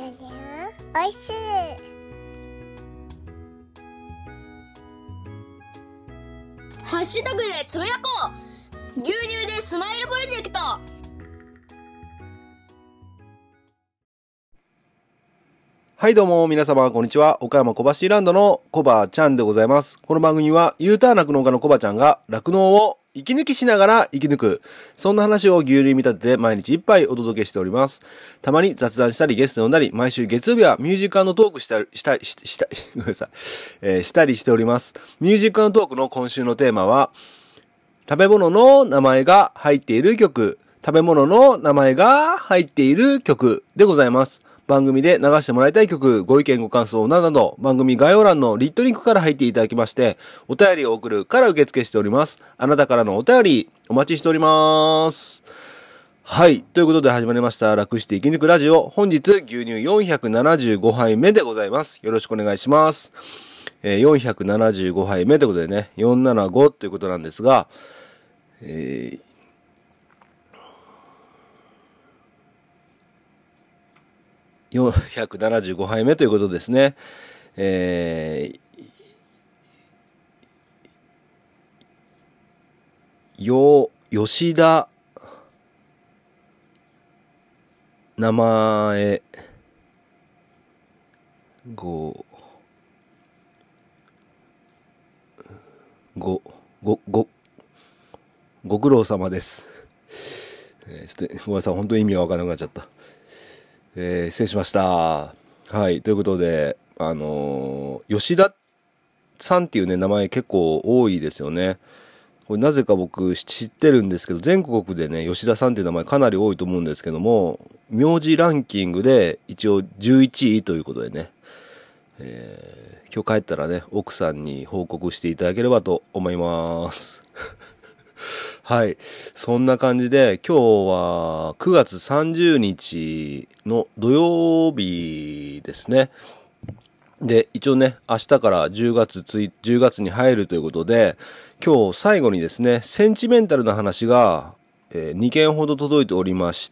おいしい。 ハッシュタグでつぶやこう。牛乳でスマイルプロジェクト。 はいどうも皆様こんにちは。岡山小橋ランドのコバちゃんでございます。この番組は U ターン酪農家のコバちゃんが酪農を息抜きしながら生き抜く、そんな話を牛乳に見立てて毎日一杯お届けしております。たまに雑談したりゲスト呼んだり、毎週月曜日はミュージック&トークしたりしております。ミュージック&トークの今週のテーマは、食べ物の名前が入っている曲でございます。番組で流してもらいたい曲、ご意見ご感想などなど、番組概要欄のリットリンクから入っていただきまして、お便りを送るから受付しております。あなたからのお便り、お待ちしております。はい。ということで始まりました、楽して生き抜くラジオ。本日、牛乳475杯目でございます。よろしくお願いします。475杯目ということでね、475ということなんですが、475杯目ということですね。吉田名前ご苦労様です。ちょっとごめんなさい、本当に意味がわからなくなっちゃった。失礼しました。はい。ということで、吉田さんっていうね、名前結構多いですよね。これなぜか僕知ってるんですけど、全国でね、吉田さんっていう名前かなり多いと思うんですけども、名字ランキングで一応11位ということでね、今日帰ったらね、奥さんに報告していただければと思います。はい。そんな感じで、今日は9月30日の土曜日ですね。で、一応ね、明日から10月に入るということで、今日最後にですね、センチメンタルな話が、2件ほど届いておりまして、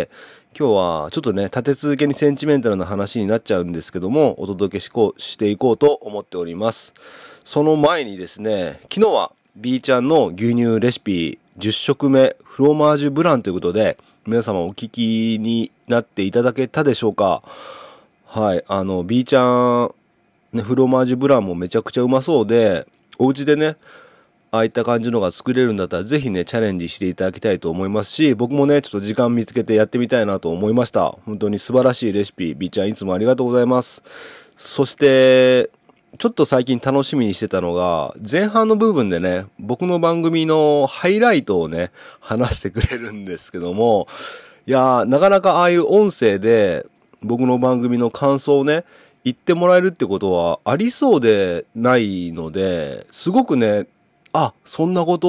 今日はちょっとね、立て続けにセンチメンタルな話になっちゃうんですけども、お届けしていこうと思っております。その前にですね、昨日は B ちゃんの牛乳レシピ10食目フロマージュブランということで、皆様お聞きになっていただけたでしょうか。はい、B ちゃん、ね、フロマージュブランもめちゃくちゃうまそうで、お家でね、ああいった感じのが作れるんだったらぜひね、チャレンジしていただきたいと思いますし、僕もね、ちょっと時間見つけてやってみたいなと思いました。本当に素晴らしいレシピ、B ちゃんいつもありがとうございます。そして、ちょっと最近楽しみにしてたのが、前半の部分でね、僕の番組のハイライトをね、話してくれるんですけども、いやー、なかなかああいう音声で、僕の番組の感想をね、言ってもらえるってことはありそうでないので、すごくね、そんなこと、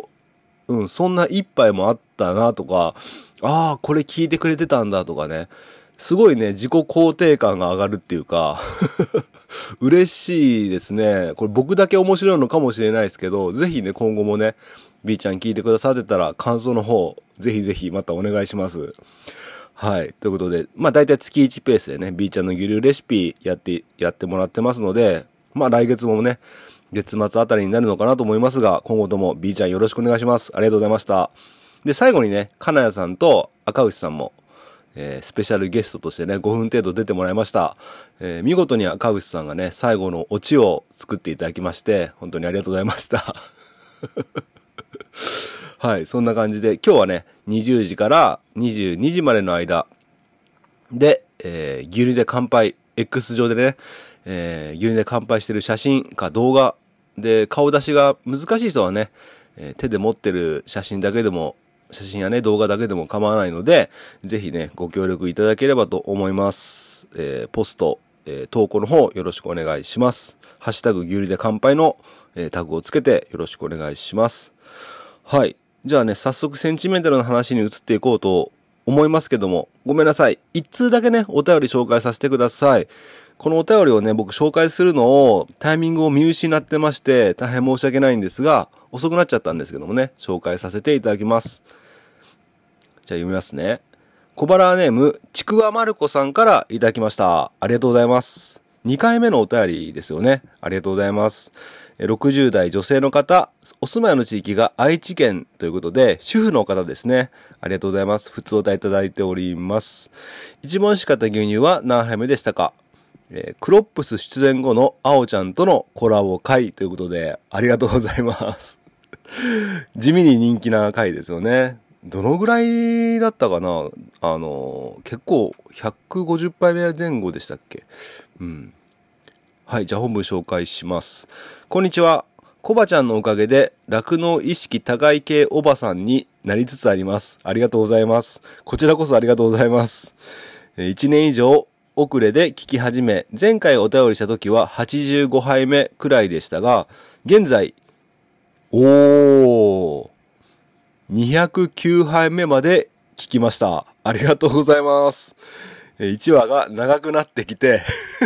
そんな一杯もあったなとか、これ聞いてくれてたんだとかね、すごいね、自己肯定感が上がるっていうか、嬉しいですね。これ僕だけ面白いのかもしれないですけど、ぜひね、今後もね、B ちゃん聞いてくださってたら、感想の方、ぜひぜひまたお願いします。はい。ということで、だいたい月1ペースでね、B ちゃんの牛乳レシピやってもらってますので、来月もね、月末あたりになるのかなと思いますが、今後とも B ちゃんよろしくお願いします。ありがとうございました。で、最後にね、金谷さんと赤牛さんも、スペシャルゲストとしてね、5分程度出てもらいました。見事に赤牛さんがね、最後のオチを作っていただきまして、本当にありがとうございました。はい、そんな感じで、今日はね、20時から22時までの間で、牛乳で乾杯、X 上でね、牛乳で乾杯してる写真か動画で、顔出しが難しい人はね、手で持ってる写真やね、動画だけでも構わないので、ぜひね、ご協力いただければと思います。ポスト、投稿の方よろしくお願いします。ハッシュタグ牛乳で乾杯の、タグをつけてよろしくお願いします。はい。じゃあね、早速センチメンタルな話に移っていこうと思いますけども、ごめんなさい。一通だけね、お便り紹介させてください。このお便りをね、僕紹介するのをタイミングを見失ってまして、大変申し訳ないんですが、遅くなっちゃったんですけどもね、紹介させていただきます。じゃあ読みますね。 小腹ネーム、ちくわまる子さんからいただきました。ありがとうございます。2回目のお便りですよね。ありがとうございます。60代女性の方、お住まいの地域が愛知県ということで、主婦の方ですね。ありがとうございます。普通お答えいただいております。一番美味しかった牛乳は何杯目でしたか？クロップス出演後のあおちゃんとのコラボ会ということで、ありがとうございます。地味に人気な回ですよね。どのぐらいだったかな？結構150杯目前後でしたっけ？うん。はい、じゃあ本文紹介します。こんにちは。コバちゃんのおかげで酪農意識高い系おばさんになりつつあります。ありがとうございます。こちらこそありがとうございます。1年以上遅れで聞き始め、前回お便りした時は85杯目くらいでしたが、現在、209杯目まで聞きました。ありがとうございます。1話が長くなってきて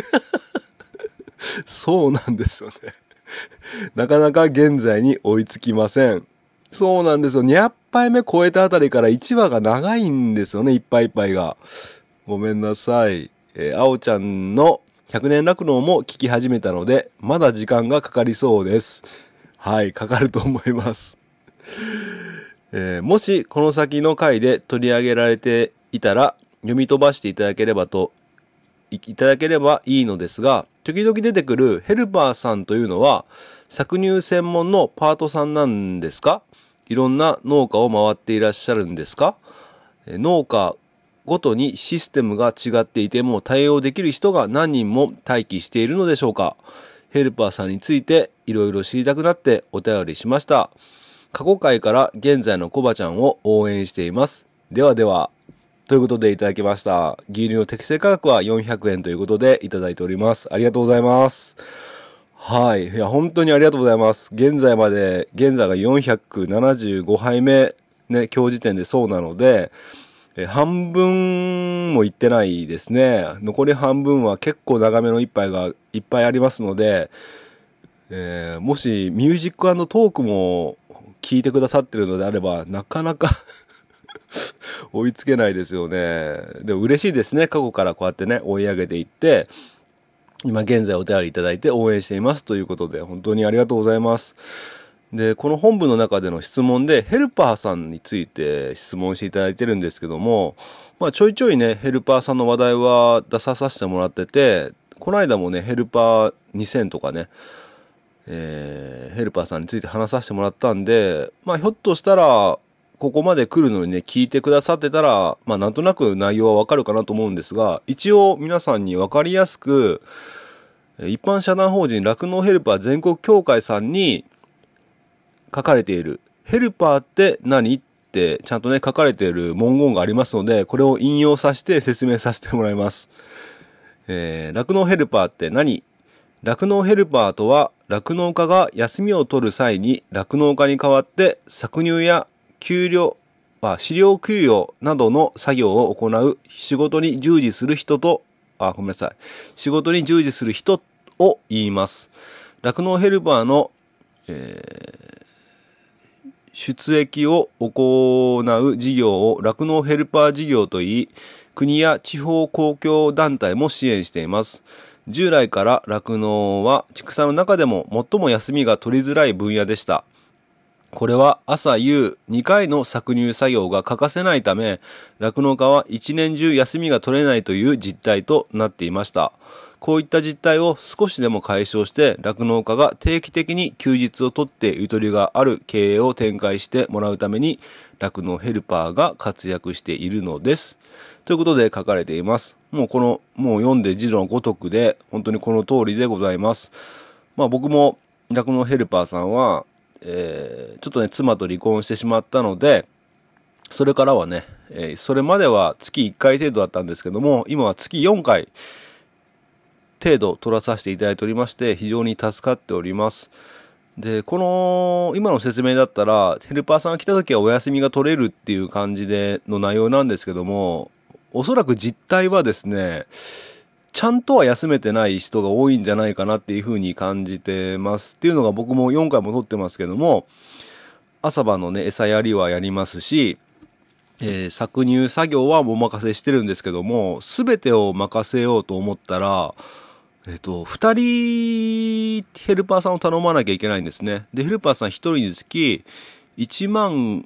そうなんですよね。なかなか現在に追いつきません。そうなんですよ。200杯目超えたあたりから1話が長いんですよね。いっぱいいっぱいが。ごめんなさい。あおちゃんの100年酪農も聞き始めたので、まだ時間がかかりそうです。はい、かかると思います。もしこの先の回で取り上げられていたら読み飛ばしていただければいいのですが、時々出てくるヘルパーさんというのは搾乳専門のパートさんなんですか？いろんな農家を回っていらっしゃるんですか？農家ごとにシステムが違っていても対応できる人が何人も待機しているのでしょうか？ヘルパーさんについていろいろ知りたくなってお便りしました。過去回から現在のコバちゃんを応援しています。ではでは。ということでいただきました。牛乳の適正価格は400円ということでいただいております。ありがとうございます。はい。いや、本当にありがとうございます。現在が475杯目、ね、今日時点でそうなので、半分もいってないですね。残り半分は結構長めの一杯がいっぱいありますので、もしミュージック&トークも聞いてくださってるのであれば、なかなか追いつけないですよね。でも嬉しいですね。過去からこうやってね、追い上げていって、今現在お便りいただいて応援していますということで、本当にありがとうございます。で、この本文の中での質問で、ヘルパーさんについて質問していただいてるんですけども、まあちょいちょいね、ヘルパーさんの話題は出させてもらってて、この間もね、ヘルパー2000とかね、ヘルパーさんについて話させてもらったんで、まあひょっとしたら、ここまで来るのにね、聞いてくださってたら、まあなんとなく内容はわかるかなと思うんですが、一応皆さんにわかりやすく、一般社団法人酪農ヘルパー全国協会さんに書かれている、ヘルパーって何ってちゃんとね、書かれている文言がありますので、これを引用させて説明させてもらいます。酪農ヘルパーって何？酪農ヘルパーとは、酪農家が休みを取る際に酪農家に代わって搾乳や飼料給与などの作業を行う仕事に従事する人を言います。酪農ヘルパーの、出益を行う事業を酪農ヘルパー事業といい、国や地方公共団体も支援しています。従来から酪農は畜産の中でも最も休みが取りづらい分野でした。これは朝夕2回の搾乳作業が欠かせないため、酪農家は一年中休みが取れないという実態となっていました。こういった実態を少しでも解消して、酪農家が定期的に休日を取ってゆとりがある経営を展開してもらうために、酪農ヘルパーが活躍しているのです。ということで書かれています。もう読んで字のごとくで、本当にこの通りでございます。まあ僕も酪農ヘルパーさんは、ちょっとね、妻と離婚してしまったので、それからはね、それまでは月1回程度だったんですけども、今は月4回程度取らさせていただいておりまして、非常に助かっております。で、今の説明だったら、ヘルパーさんが来た時はお休みが取れるっていう感じの内容なんですけども、おそらく実態はですね、ちゃんとは休めてない人が多いんじゃないかなっていうふうに感じてます。っていうのが僕も4回も取ってますけども、朝晩のね、餌やりはやりますし、 搾乳作業はお任せしてるんですけども、すべてを任せようと思ったら、二人ヘルパーさんを頼まなきゃいけないんですね。で、ヘルパーさん一人につき、1万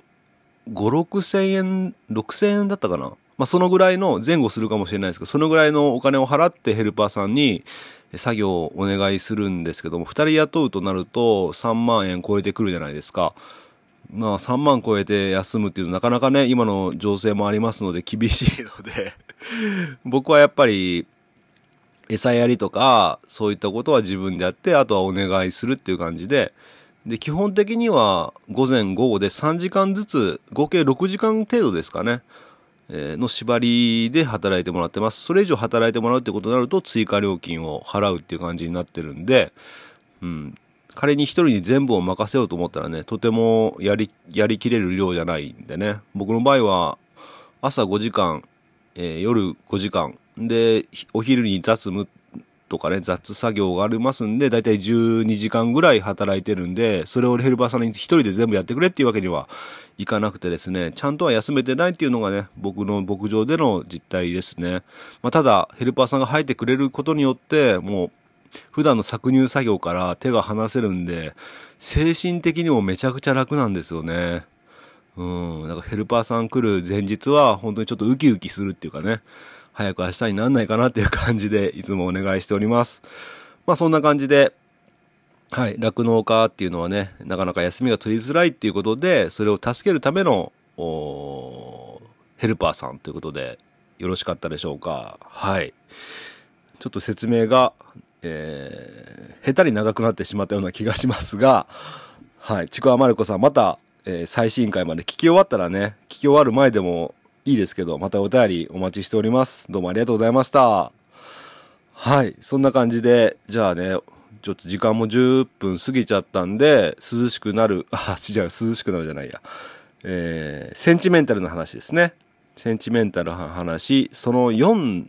5、6千円、6千円だったかな。まあ、そのぐらいの前後するかもしれないですけど、そのぐらいのお金を払ってヘルパーさんに作業をお願いするんですけども、二人雇うとなると3万円超えてくるじゃないですか。まあ3万超えて休むっていうのはなかなかね、今の情勢もありますので厳しいので、僕はやっぱり餌やりとか、そういったことは自分でやって、あとはお願いするっていう感じで、で、基本的には午前午後で3時間ずつ、合計6時間程度ですかね、の縛りで働いてもらってます。それ以上働いてもらうってことになると追加料金を払うっていう感じになってるんで、仮に一人に全部を任せようと思ったらね、とてもやりきれる量じゃないんでね。僕の場合は朝5時間、夜5時間で、お昼に雑務とかね、雑作業がありますんで、だいたい12時間ぐらい働いてるんで、それをヘルパーさんに一人で全部やってくれっていうわけにはいかなくてですね、ちゃんとは休めてないっていうのがね、僕の牧場での実態ですね。まあ、ただ、ヘルパーさんが入ってくれることによって、もう、普段の搾乳作業から手が離せるんで、精神的にもめちゃくちゃ楽なんですよね。なんかヘルパーさん来る前日は本当にちょっとウキウキするっていうかね、早く明日になんないかなっていう感じでいつもお願いしております。まあそんな感じで、はい、酪農家っていうのはね、なかなか休みが取りづらいっていうことで、それを助けるための、ヘルパーさんということで、よろしかったでしょうか。はい。ちょっと説明が、下手に長くなってしまったような気がしますが、はい、ちくわまる子さん、また、最新回まで聞き終わったらね、聞き終わる前でもいいですけど、またお便りお待ちしております。どうもありがとうございました。はい、そんな感じで、じゃあね、ちょっと時間も10分過ぎちゃったんで、涼しくなるじゃないや。センチメンタルな話ですね。センチメンタルな話、その4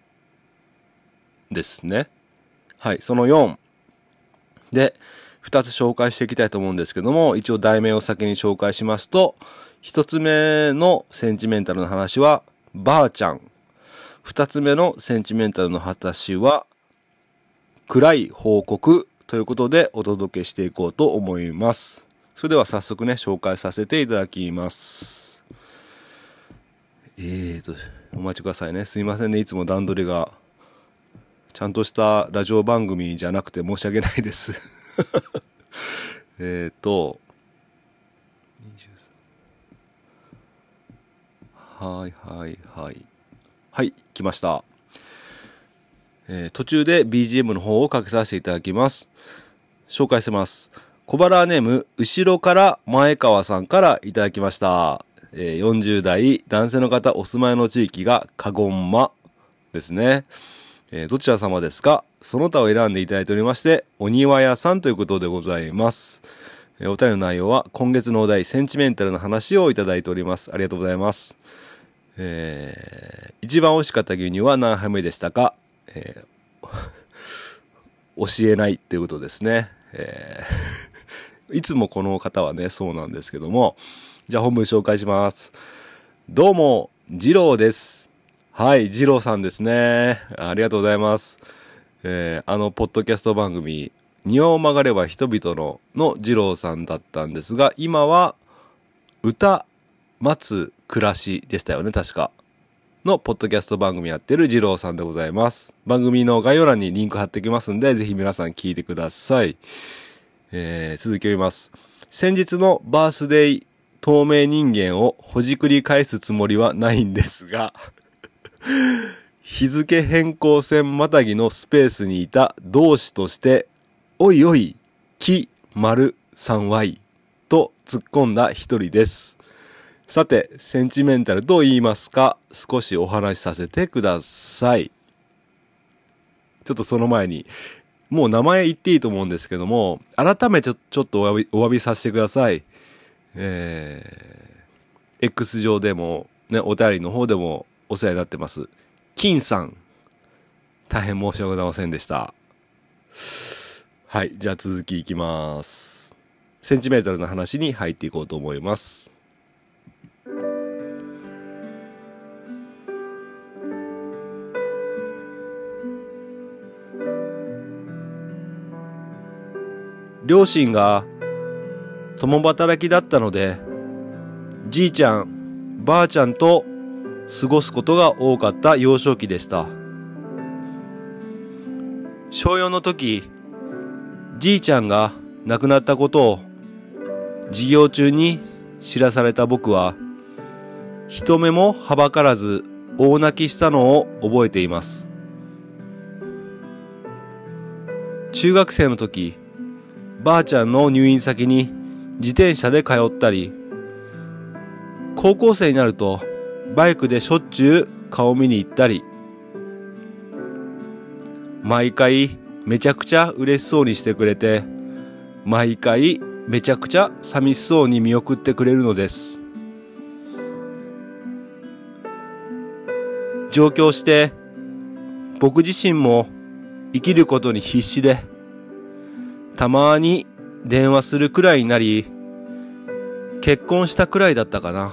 ですね。はい、その4で2つ紹介していきたいと思うんですけども、一応題名を先に紹介しますと、1つ目のセンチメンタルな話はばあちゃん、2つ目のセンチメンタルの話は暗い報告ということでお届けしていこうと思います。それでは早速ね、紹介させていただきます。お待ちくださいね。すいませんね、いつも段取りがちゃんとしたラジオ番組じゃなくて申し訳ないですはい来ました。途中で BGM の方をかけさせていただきます。紹介してます。小腹ネーム後ろから前川さんからいただきました。40代男性の方、お住まいの地域がカゴンマですね。どちら様ですか？その他を選んでいただいておりまして、お庭屋さんということでございます。お便りの内容は今月のお題センチメンタルな話をいただいております。ありがとうございます。一番美味しかった牛乳は何杯目でしたか？教えないということですね。いつもこの方はね、そうなんですけども、じゃあ本文紹介します。どうも、二郎です。はい、二郎さんですね。ありがとうございます。ポッドキャスト番組、庭を曲がれば人々の二郎さんだったんですが、今は、歌、待つ、暮らしでしたよね、確か。のポッドキャスト番組やってる二郎さんでございます。番組の概要欄にリンク貼ってきますんで、ぜひ皆さん聞いてください。続き読みます。先日のバースデー透明人間をほじくり返すつもりはないんですが、日付変更線またぎのスペースにいた同志として、おいおい、き、丸、3Y と突っ込んだ一人です。さて、センチメンタルと言いますか、少しお話しさせてください。ちょっとその前に、もう名前言っていいと思うんですけども、改めてちょっとお詫びさせてください。X 上でも、ね、お便りの方でもお世話になってます。金さん。大変申し訳ございませんでした。はい、じゃあ続きいきます。センチメートルの話に入っていこうと思います。 両親が共働きだったので、じいちゃん、ばあちゃんと過ごすことが多かった幼少期でした。小4の時、じいちゃんが亡くなったことを授業中に知らされた僕は、人目もはばからず大泣きしたのを覚えています。中学生の時、ばあちゃんの入院先に自転車で通ったり、高校生になるとバイクでしょっちゅう顔見に行ったり、毎回めちゃくちゃ嬉しそうにしてくれて、毎回めちゃくちゃ寂しそうに見送ってくれるのです。上京して僕自身も生きることに必死で、たまに電話するくらいになり、結婚したくらいだったかな。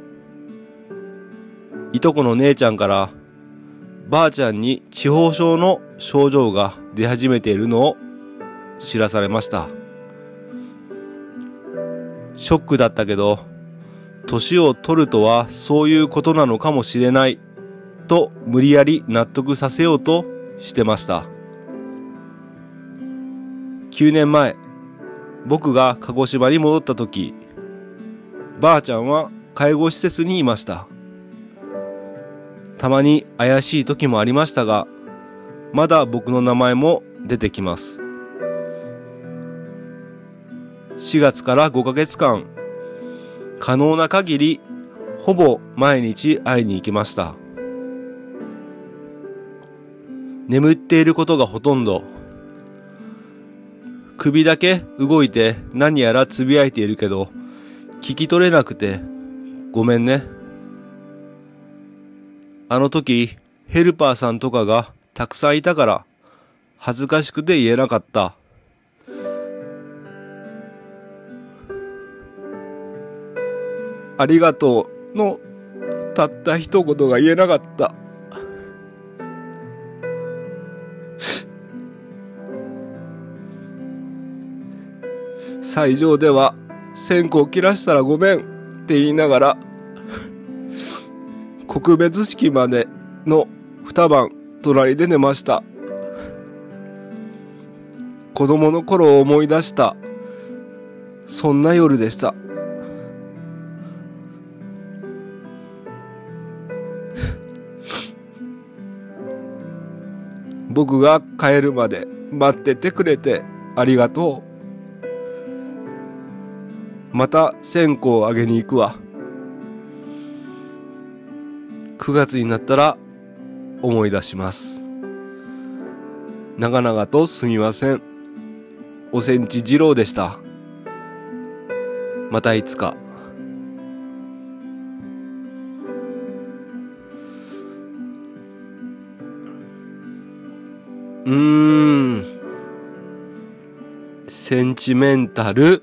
いとこの姉ちゃんからばあちゃんに痴呆症の症状が出始めているのを知らされました。ショックだったけど、年を取るとはそういうことなのかもしれないと無理やり納得させようとしてました。9年前、僕が鹿児島に戻った時、ばあちゃんは介護施設にいました。たまに怪しい時もありましたが、まだ僕の名前も出てきます。4月から5ヶ月間、可能な限りほぼ毎日会いに行きました。眠っていることがほとんど。首だけ動いて何やらつぶやいているけど、聞き取れなくてごめんね。あの時ヘルパーさんとかがたくさんいたから恥ずかしくて言えなかった。ありがとうのたった一言が言えなかった。斎場では線香切らしたらごめんって言いながら、告別式までの2晩隣で寝ました。子供の頃を思い出した、そんな夜でした。僕が帰るまで待っててくれてありがとう。また線香をあげに行くわ。9月になったら思い出します。長々とすみません。おせんち二郎でした。またいつか。センチメンタル。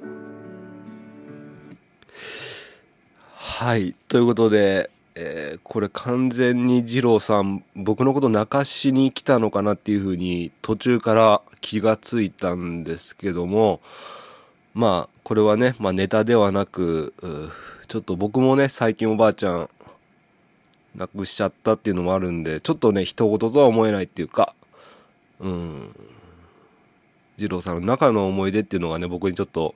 はい。ということで、これ完全に二郎さん、僕のこと泣かしに来たのかなっていうふうに途中から気がついたんですけども、まあ、これはね、ネタではなく、ちょっと僕もね、最近おばあちゃん亡くしちゃったっていうのもあるんで、ちょっとね、人事とは思えないっていうか、二郎さんの中の思い出っていうのがね、僕にちょっと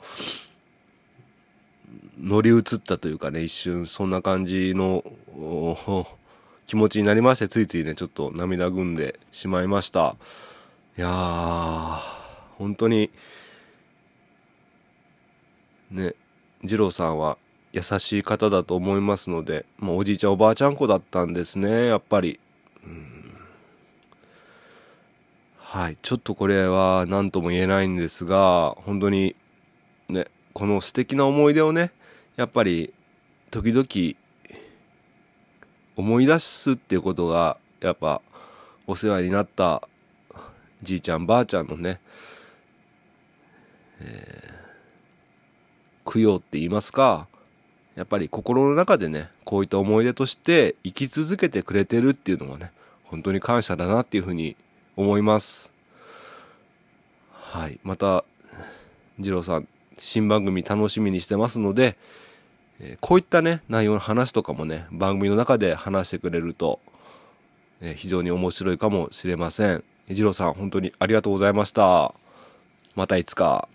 乗り移ったというかね、一瞬そんな感じの気持ちになりまして、ついついねちょっと涙ぐんでしまいました。いやー、本当にね、二郎さんは優しい方だと思いますので、おじいちゃんおばあちゃん子だったんですね、やっぱり。はい、ちょっとこれは何とも言えないんですが、本当にね、この素敵な思い出をね、やっぱり時々思い出すっていうことが、やっぱお世話になったじいちゃんばあちゃんのね、供養って言いますか、やっぱり心の中でね、こういった思い出として生き続けてくれてるっていうのはね、本当に感謝だなっていうふうに思います。はい。また二郎さん、新番組楽しみにしてますので、こういったね、内容の話とかもね、番組の中で話してくれると、非常に面白いかもしれません。二郎さん、本当にありがとうございました。またいつか。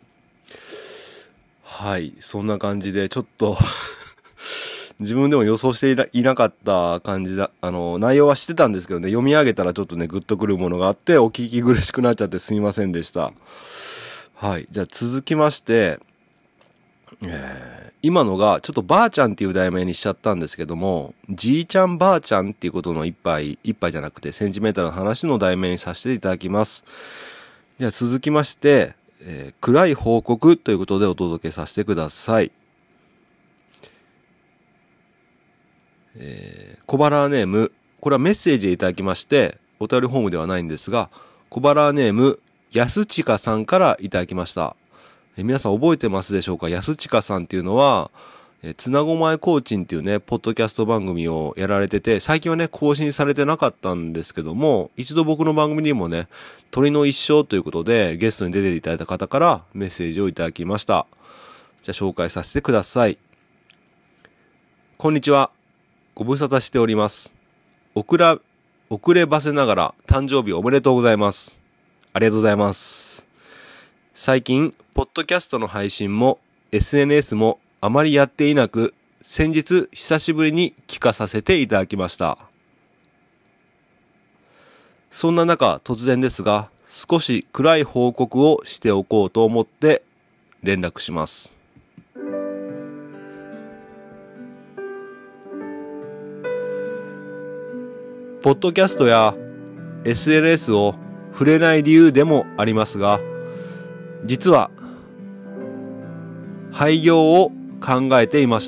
はい、そんな感じで、ちょっと自分でも予想していなかった感じだ、内容はしてたんですけどね、読み上げたらちょっとね、グッとくるものがあって、お聞き苦しくなっちゃってすみませんでした。はい、じゃあ続きまして、今のがちょっとばあちゃんっていう題名にしちゃったんですけども、じいちゃんばあちゃんっていうことの一杯じゃなくてセンチメンタルな話の題名にさせていただきます。じゃあ続きまして、暗い報告ということでお届けさせてください。小腹ネーム、これはメッセージでいただきまして、お便りホームではないんですが、小腹ネーム、安近さんからいただきました。皆さん覚えてますでしょうか？安近さんっていうのは、つなごまえコーチンっていうね、ポッドキャスト番組をやられてて、最近はね、更新されてなかったんですけども、一度僕の番組にもね、鳥の一生ということで、ゲストに出ていただいた方からメッセージをいただきました。じゃあ紹介させてください。こんにちは。ご無沙汰しております。遅ればせながら誕生日おめでとうございます。ありがとうございます。最近、ポッドキャストの配信も SNS もあまりやっていなく、先日久しぶりに聞かさせていただきました。そんな中、突然ですが、少し暗い報告をしておこうと思って連絡します。ポッドキャストや SNS を触れない理由でもありますが、実は廃業を考えていました。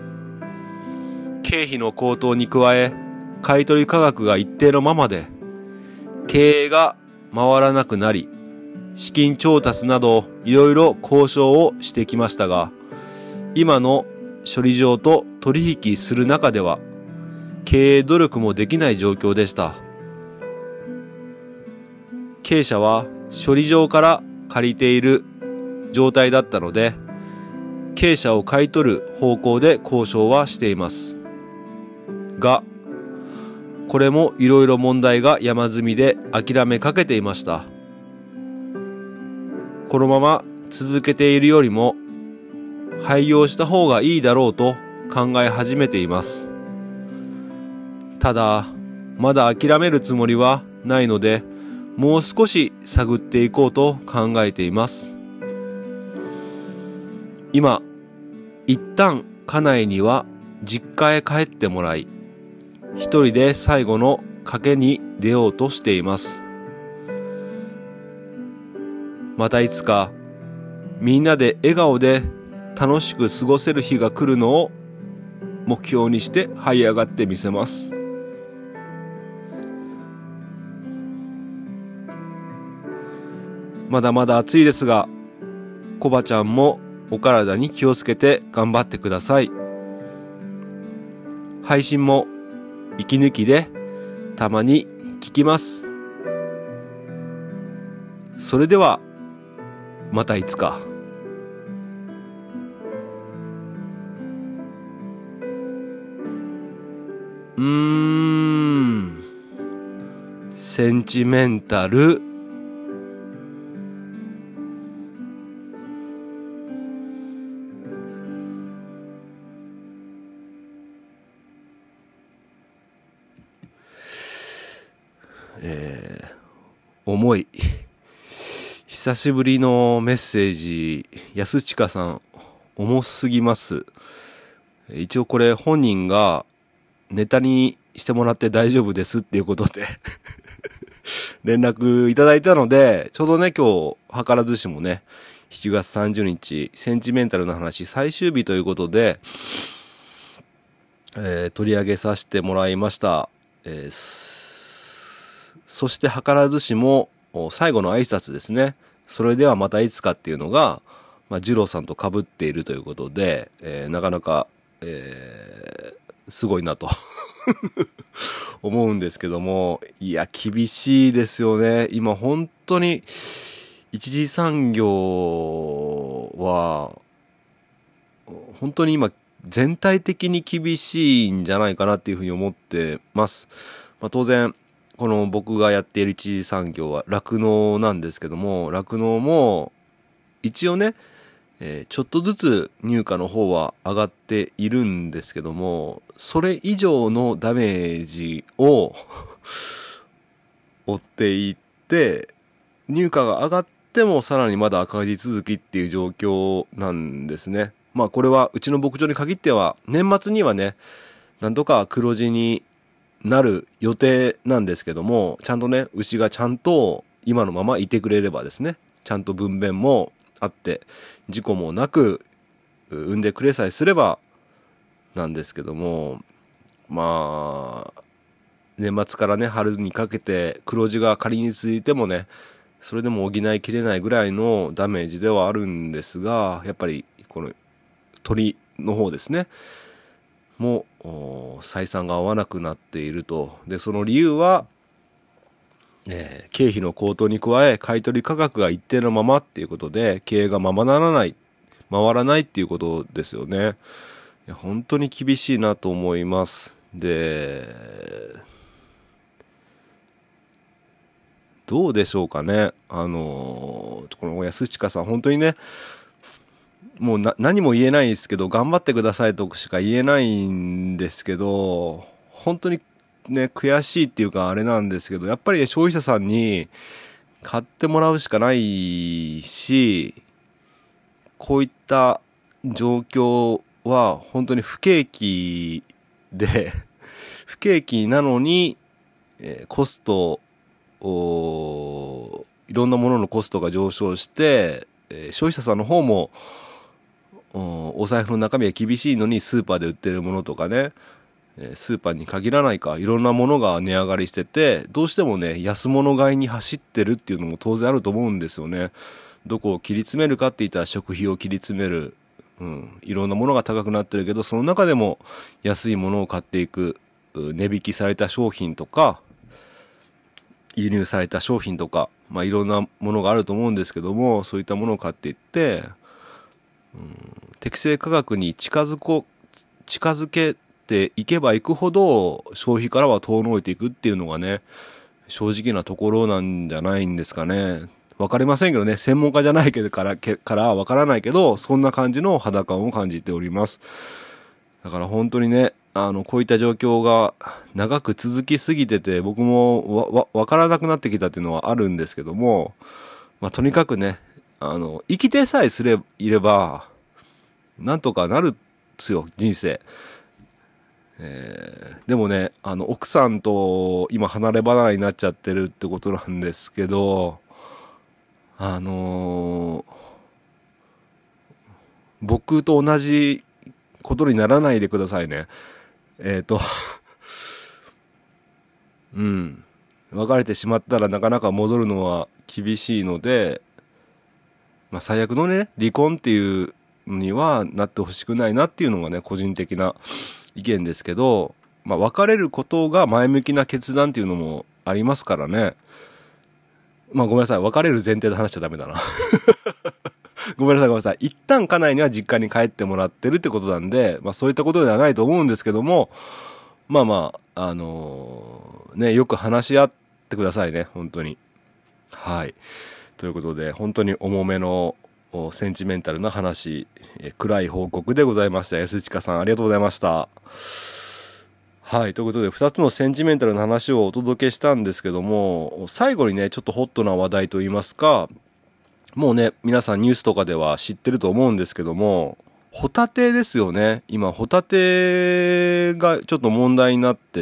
経費の高騰に加え、買取価格が一定のままで、経営が回らなくなり、資金調達などいろいろ交渉をしてきましたが、今の処理場と取引する中では、経営努力もできない状況でした。経営者は処理場から借りている状態だったので、経営者を買い取る方向で交渉はしています。が、これもいろいろ問題が山積みで諦めかけていました。このまま続けているよりも、廃業した方がいいだろうと考え始めています。ただ、まだ諦めるつもりはないので、もう少し探っていこうと考えています。今、一旦家内には実家へ帰ってもらい、一人で最後の賭けに出ようとしています。またいつか、みんなで笑顔で楽しく過ごせる日が来るのを目標にして這い上がってみせます。まだまだ暑いですが、コバちゃんもお体に気をつけて頑張ってください。配信も息抜きでたまに聞きます。それではまたいつか。センチメンタル。重い。久しぶりのメッセージ、安近さん、重すぎます。一応これ本人がネタにしてもらって大丈夫ですっていうことで連絡いただいたので、ちょうどね、今日、図らずしもね、7月30日、センチメンタルな話最終日ということで、取り上げさせてもらいました。そして図らずしも最後の挨拶ですね。それではまたいつかっていうのが、二郎さんと被っているということで、なかなか、すごいなと思うんですけども、いや、厳しいですよね。今本当に一次産業は、本当に今、全体的に厳しいんじゃないかなっていうふうに思ってます。当然、この僕がやっている一次産業は酪農なんですけども、酪農も一応ね、ちょっとずつ入荷の方は上がっているんですけども、それ以上のダメージを負っていって、入荷が上がってもさらにまだ赤字続きっていう状況なんですね。これはうちの牧場に限っては年末にはね、なんとか黒字になる予定なんですけども、ちゃんとね、牛がちゃんと今のままいてくれればですね、ちゃんと分娩もあって事故もなく産んでくれさえすればなんですけども、年末からね春にかけて黒字が仮に続いてもね、それでも補いきれないぐらいのダメージではあるんですが、やっぱりこの鳥の方ですねも採算が合わなくなっていると。でその理由は、経費の高騰に加え買取価格が一定のままっていうことで経営が回らないっていうことですよね。いや本当に厳しいなと思います。でどうでしょうかね。この安親さん本当にね、もう何も言えないですけど頑張ってくださいとしか言えないんですけど、本当にね悔しいっていうかあれなんですけど、やっぱり消費者さんに買ってもらうしかないし、こういった状況は本当に不景気で不景気なのに、コストいろんなもののコストが上昇して、消費者さんの方もお財布の中身は厳しいのにスーパーで売ってるものとかね、スーパーに限らないかいろんなものが値上がりしてて、どうしてもね安物買いに走ってるっていうのも当然あると思うんですよね。どこを切り詰めるかって言ったら食費を切り詰める、いろんなものが高くなってるけど、その中でも安いものを買っていく、値引きされた商品とか輸入された商品とか、いろんなものがあると思うんですけども、そういったものを買っていって、適正価格に近づけていけばいくほど消費からは遠のいていくっていうのがね、正直なところなんじゃないんですかね。わかりませんけどね、専門家じゃないからわからないけど、そんな感じの肌感を感じております。だから本当にね、こういった状況が長く続きすぎてて、僕もわからなくなってきたっていうのはあるんですけども、とにかくね、生きてさえいれば、なんとかなるっすよ、人生。でもね、奥さんと今離れ離れになっちゃってるってことなんですけど、僕と同じことにならないでくださいね。別れてしまったらなかなか戻るのは厳しいので、最悪のね、離婚っていうのにはなってほしくないなっていうのがね、個人的な意見ですけど、別れることが前向きな決断っていうのもありますからね。ごめんなさい、別れる前提で話しちゃダメだな。ごめんなさい。一旦家内には実家に帰ってもらってるってことなんで、そういったことではないと思うんですけども、よく話し合ってくださいね、本当に。はい。ということで、本当に重めのセンチメンタルな話、暗い報告でございました。安近さん、ありがとうございました。はい。ということで、2つのセンチメンタルな話をお届けしたんですけども、最後にね、ちょっとホットな話題といいますか、もうね、皆さんニュースとかでは知ってると思うんですけども、ホタテですよね。今、ホタテがちょっと問題になってって、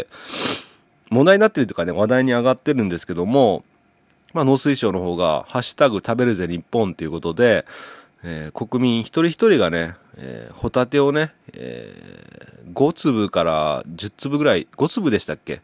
問題になってるというかね、話題に上がってるんですけども、農水省の方が、ハッシュタグ食べるぜ日本ということで、国民一人一人がね、ホタテをね、5粒から10粒ぐらい、5粒でしたっけ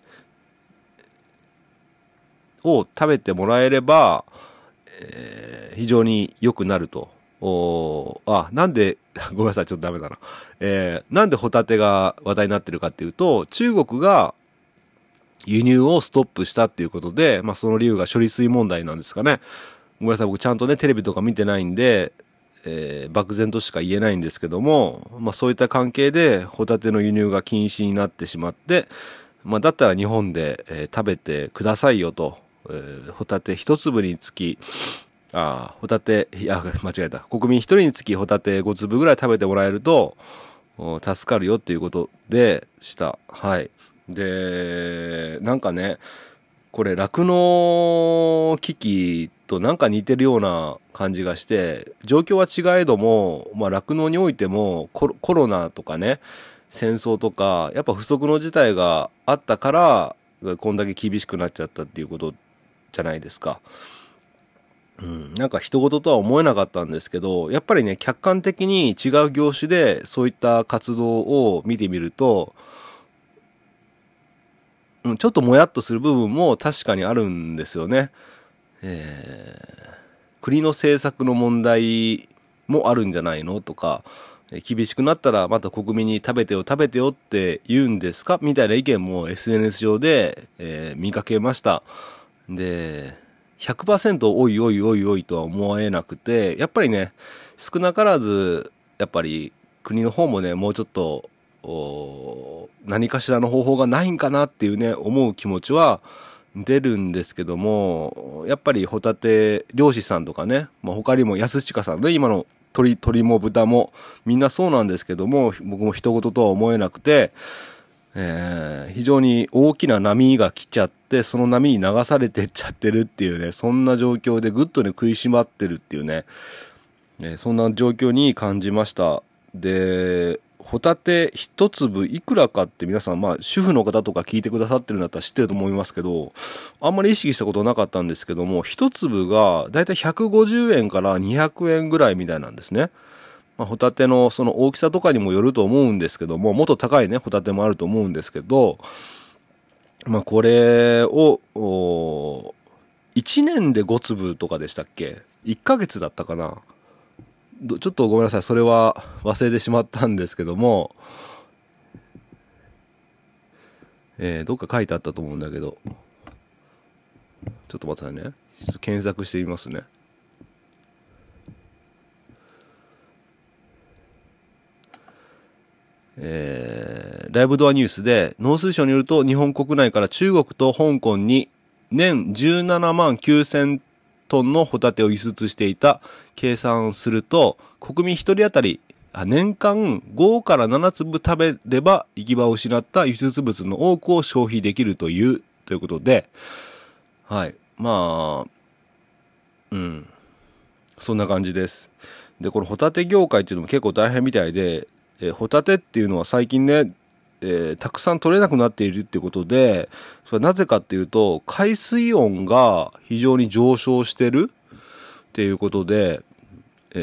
を食べてもらえれば、非常に良くなると。なんで、ごめんなさい、ちょっとダメだな。なんでホタテが話題になってるかっていうと、中国が輸入をストップしたっていうことで、その理由が処理水問題なんですかね。 ごめんなさい、僕ちゃんとね、テレビとか見てないんで、漠然としか言えないんですけども、そういった関係でホタテの輸入が禁止になってしまって、だったら日本で、食べてくださいよと、ホタテ一粒につき、ホタテ、間違えた。国民一人につきホタテ5粒ぐらい食べてもらえると、助かるよっていうことでした。はい。で、なんかね、これ酪農危機となんか似てるような感じがして、状況は違えども、酪農においてもコロナとかね、戦争とか、やっぱ不測の事態があったから、こんだけ厳しくなっちゃったっていうことじゃないですか。なんか人事とは思えなかったんですけど、やっぱりね、客観的に違う業種でそういった活動を見てみると、ちょっともやっとする部分も確かにあるんですよね。国の政策の問題もあるんじゃないのとか、厳しくなったらまた国民に食べてよって言うんですかみたいな意見も SNS 上で、見かけました。で、100% おいおいおいおいとは思えなくて、やっぱりね、少なからず、やっぱり国の方もね、もうちょっと、何かしらの方法がないんかなっていうね、思う気持ちは出るんですけども、やっぱりホタテ漁師さんとかね、他にも安親さんね、今の鳥も豚もみんなそうなんですけども、僕も人事とは思えなくて、非常に大きな波が来ちゃって、その波に流されてっちゃってるっていうね、そんな状況でぐっとね、食いしまってるっていうね、そんな状況に感じました。で、ホタテ一粒いくらかって皆さん、主婦の方とか聞いてくださってるんだったら知ってると思いますけど、あんまり意識したことなかったんですけども、一粒がだいたい150円から200円ぐらいみたいなんですね。ホタテのその大きさとかにもよると思うんですけども、もっと高いね、ホタテもあると思うんですけど、これを、1年で5粒とかでしたっけ ?1 ヶ月だったかな、ちょっとごめんなさい。それは忘れてしまったんですけども、どっか書いてあったと思うんだけど、ちょっと待ってくださいね。ちょっと検索してみますね。ライブドアニュースで、農水省によると日本国内から中国と香港に年17万9000トンのホタテを輸出していた計算すると、国民1人当たり年間5から7粒食べれば行き場を失った輸出物の多くを消費できるということで、はい。そんな感じです。で、このホタテ業界っていうのも結構大変みたいで、ホタテっていうのは最近ね、たくさん取れなくなっているっていうことで、それはなぜかっていうと、海水温が非常に上昇してるっていうことで、ちょ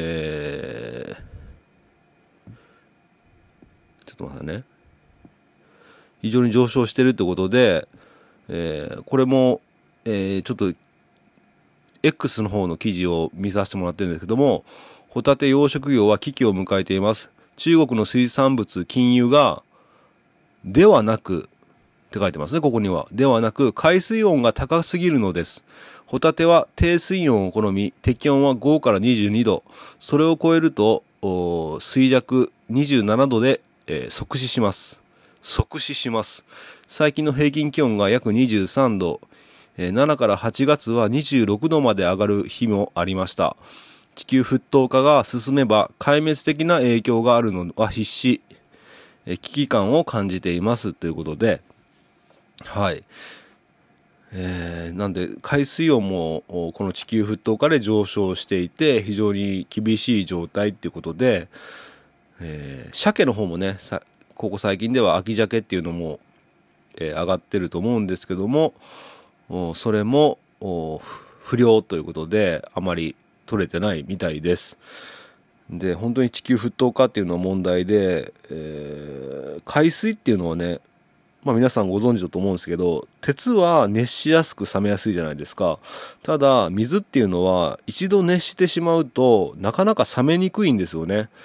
っと待ってね。非常に上昇してるってことで、これも、ちょっと X の方の記事を見させてもらってるんですけども、ホタテ養殖業は危機を迎えています。中国の水産物禁輸が、ではなく、って書いてますね、ここには。ではなく、海水温が高すぎるのです。ホタテは低水温を好み、適温は5から22度。それを超えると、衰弱27度で、即死します。即死します。最近の平均気温が約23度。7から8月は26度まで上がる日もありました。地球沸騰化が進めば壊滅的な影響があるのは必至。危機感を感じていますということで、はい。なんで海水温もこの地球沸騰化で上昇していて非常に厳しい状態っていうことで、鮭の方もね、ここ最近では秋鮭っていうのも、上がってると思うんですけども、それも不良ということであまり取れてないみたいです。で、本当に地球沸騰化っていうのは問題で、海水っていうのはね、皆さんご存知だと思うんですけど、鉄は熱しやすく冷めやすいじゃないですか。ただ、水っていうのは一度熱してしまうとなかなか冷めにくいんですよね。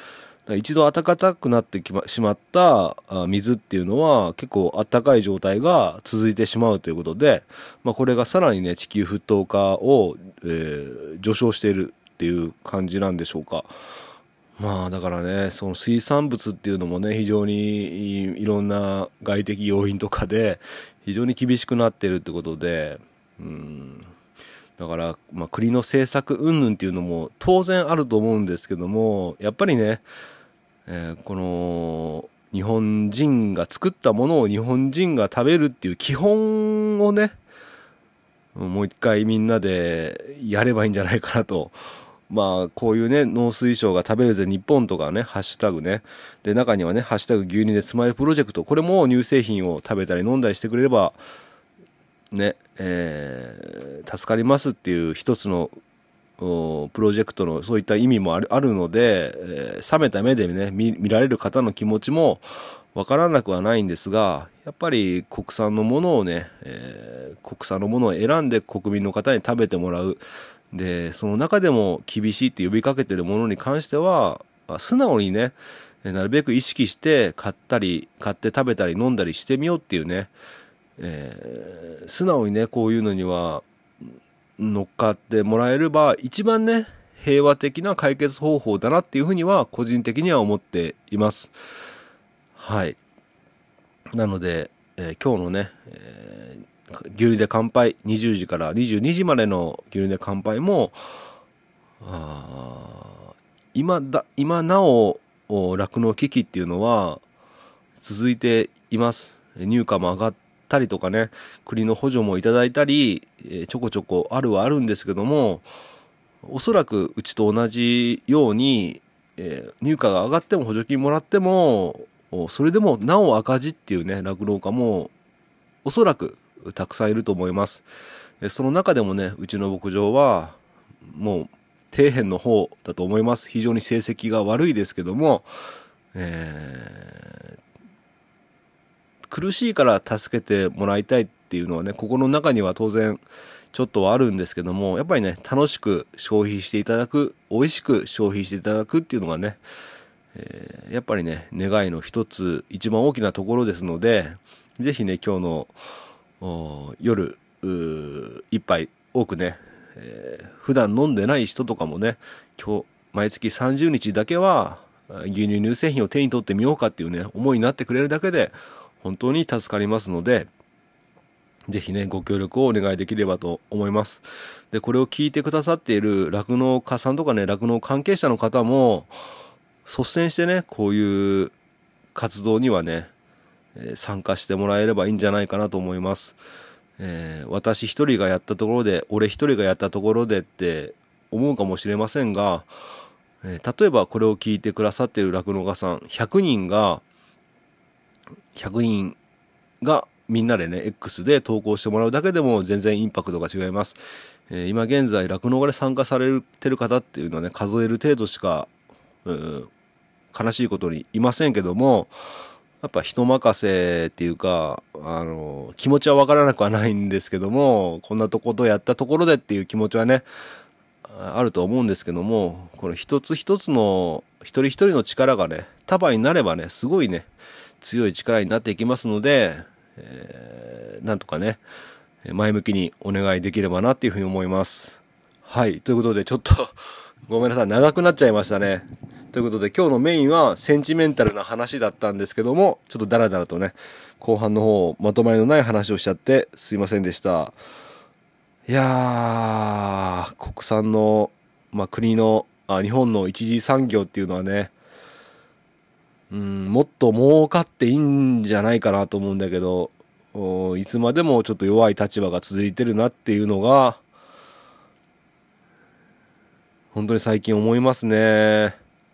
ら一度暖かくなってしまった水っていうのは結構暖かい状態が続いてしまうということで、これがさらにね、地球沸騰化を、助長しているっていう感じなんでしょうか。だからね、その水産物っていうのもね、非常にいろんな外的要因とかで非常に厳しくなっているってことで、だから、国の政策云々っていうのも当然あると思うんですけども、やっぱりね、この日本人が作ったものを日本人が食べるっていう基本をね、もう一回みんなでやればいいんじゃないかなと。こういうね、農水省が食べるぜ日本とかね、ハッシュタグね。で、中にはね、ハッシュタグ牛乳でスマイルプロジェクト。これも乳製品を食べたり飲んだりしてくれれば、ね、助かりますっていう一つのプロジェクトのそういった意味もあるので、冷めた目でね、見られる方の気持ちもわからなくはないんですが、やっぱり国産のものをね、国産のものを選んで国民の方に食べてもらう。で、その中でも厳しいって呼びかけてるものに関しては、素直にね、なるべく意識して買って食べたり飲んだりしてみようっていうね、素直にね、こういうのには乗っかってもらえれば一番ね、平和的な解決方法だなっていうふうには個人的には思っています。はい。なので、今日のね、牛乳で乾杯20時から22時までの牛乳で乾杯も今なお酪農危機っていうのは続いています。入荷も上がったりとかね、国の補助もいただいたり、ちょこちょこあるんですけども、おそらくうちと同じように、入荷が上がっても補助金もらってもそれでもなお赤字っていうね、酪農家もおそらくたくさんいると思います。その中でもね、うちの牧場はもう底辺の方だと思います。非常に成績が悪いですけども、苦しいから助けてもらいたいっていうのはね、心の中には当然ちょっとはあるんですけども、やっぱりね、楽しく消費していただく、美味しく消費していただくっていうのがね、やっぱりね、願いの一番大きなところですので、ぜひね、今日の夜一杯多くね、普段飲んでない人とかもね、毎月30日だけは牛乳乳製品を手に取ってみようかっていうね、思いになってくれるだけで本当に助かりますので、ぜひね、ご協力をお願いできればと思います。で、これを聞いてくださっている酪農家さんとかね、酪農関係者の方も率先してね、こういう活動にはね、参加してもらえればいいんじゃないかなと思います。私一人がやったところで、俺一人がやったところでって思うかもしれませんが、例えばこれを聞いてくださっている酪農家さん100人がみんなでね X で投稿してもらうだけでも全然インパクトが違います。今現在酪農家で参加されてる方っていうのはね、数える程度しか悲しいことにいませんけども、やっぱ人任せっていうか、気持ちはわからなくはないんですけども、こんなことやったところでっていう気持ちはね、あると思うんですけども、この一つ一つの一人一人の力がね、束になればね、すごいね、強い力になっていきますので、なんとかね、前向きにお願いできればなっていうふうに思います。はい、ということでちょっとごめんなさい、長くなっちゃいましたね。ということで今日のメインはセンチメンタルな話だったんですけども、ちょっとダラダラとね、後半の方まとまりのない話をしちゃってすいませんでした。いやー、国産の、国の日本の一次産業っていうのはね、もっと儲かっていいんじゃないかなと思うんだけど、いつまでもちょっと弱い立場が続いてるなっていうのが本当に最近思いますね。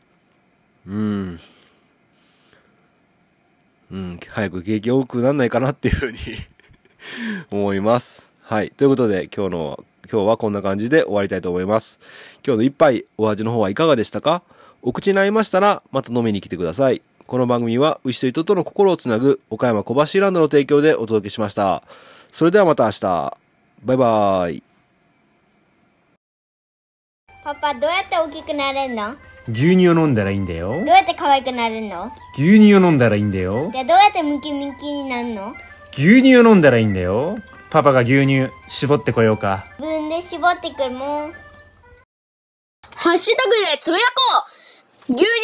早く景気多くなんないかなっていうふうに思います。はい。ということで今日はこんな感じで終わりたいと思います。今日の一杯お味の方はいかがでしたか？お口に合いましたらまた飲みに来てください。この番組は牛と人との心をつなぐ岡山小橋ランドの提供でお届けしました。それではまた明日。バイバイ。 パパどうやって大きくなれるの？ 牛乳を飲んだらいいんだよ。 どうやって可愛くなるの？ 牛乳を飲んだらいいんだよ。 でどうやってムキムキになるの？ 牛乳を飲んだらいいんだよ。パパが牛乳絞ってこようか。 自分で絞ってくるもん。ハッシュタグでつぶやこう。牛乳